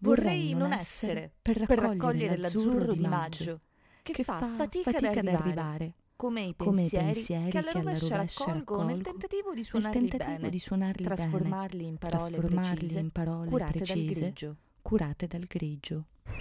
Vorrei non essere per raccogliere l'azzurro di maggio, che fa fatica ad arrivare, come i pensieri che alla rovescia raccolgo nel tentativo di suonarli bene, trasformarli in parole precise, curate dal grigio.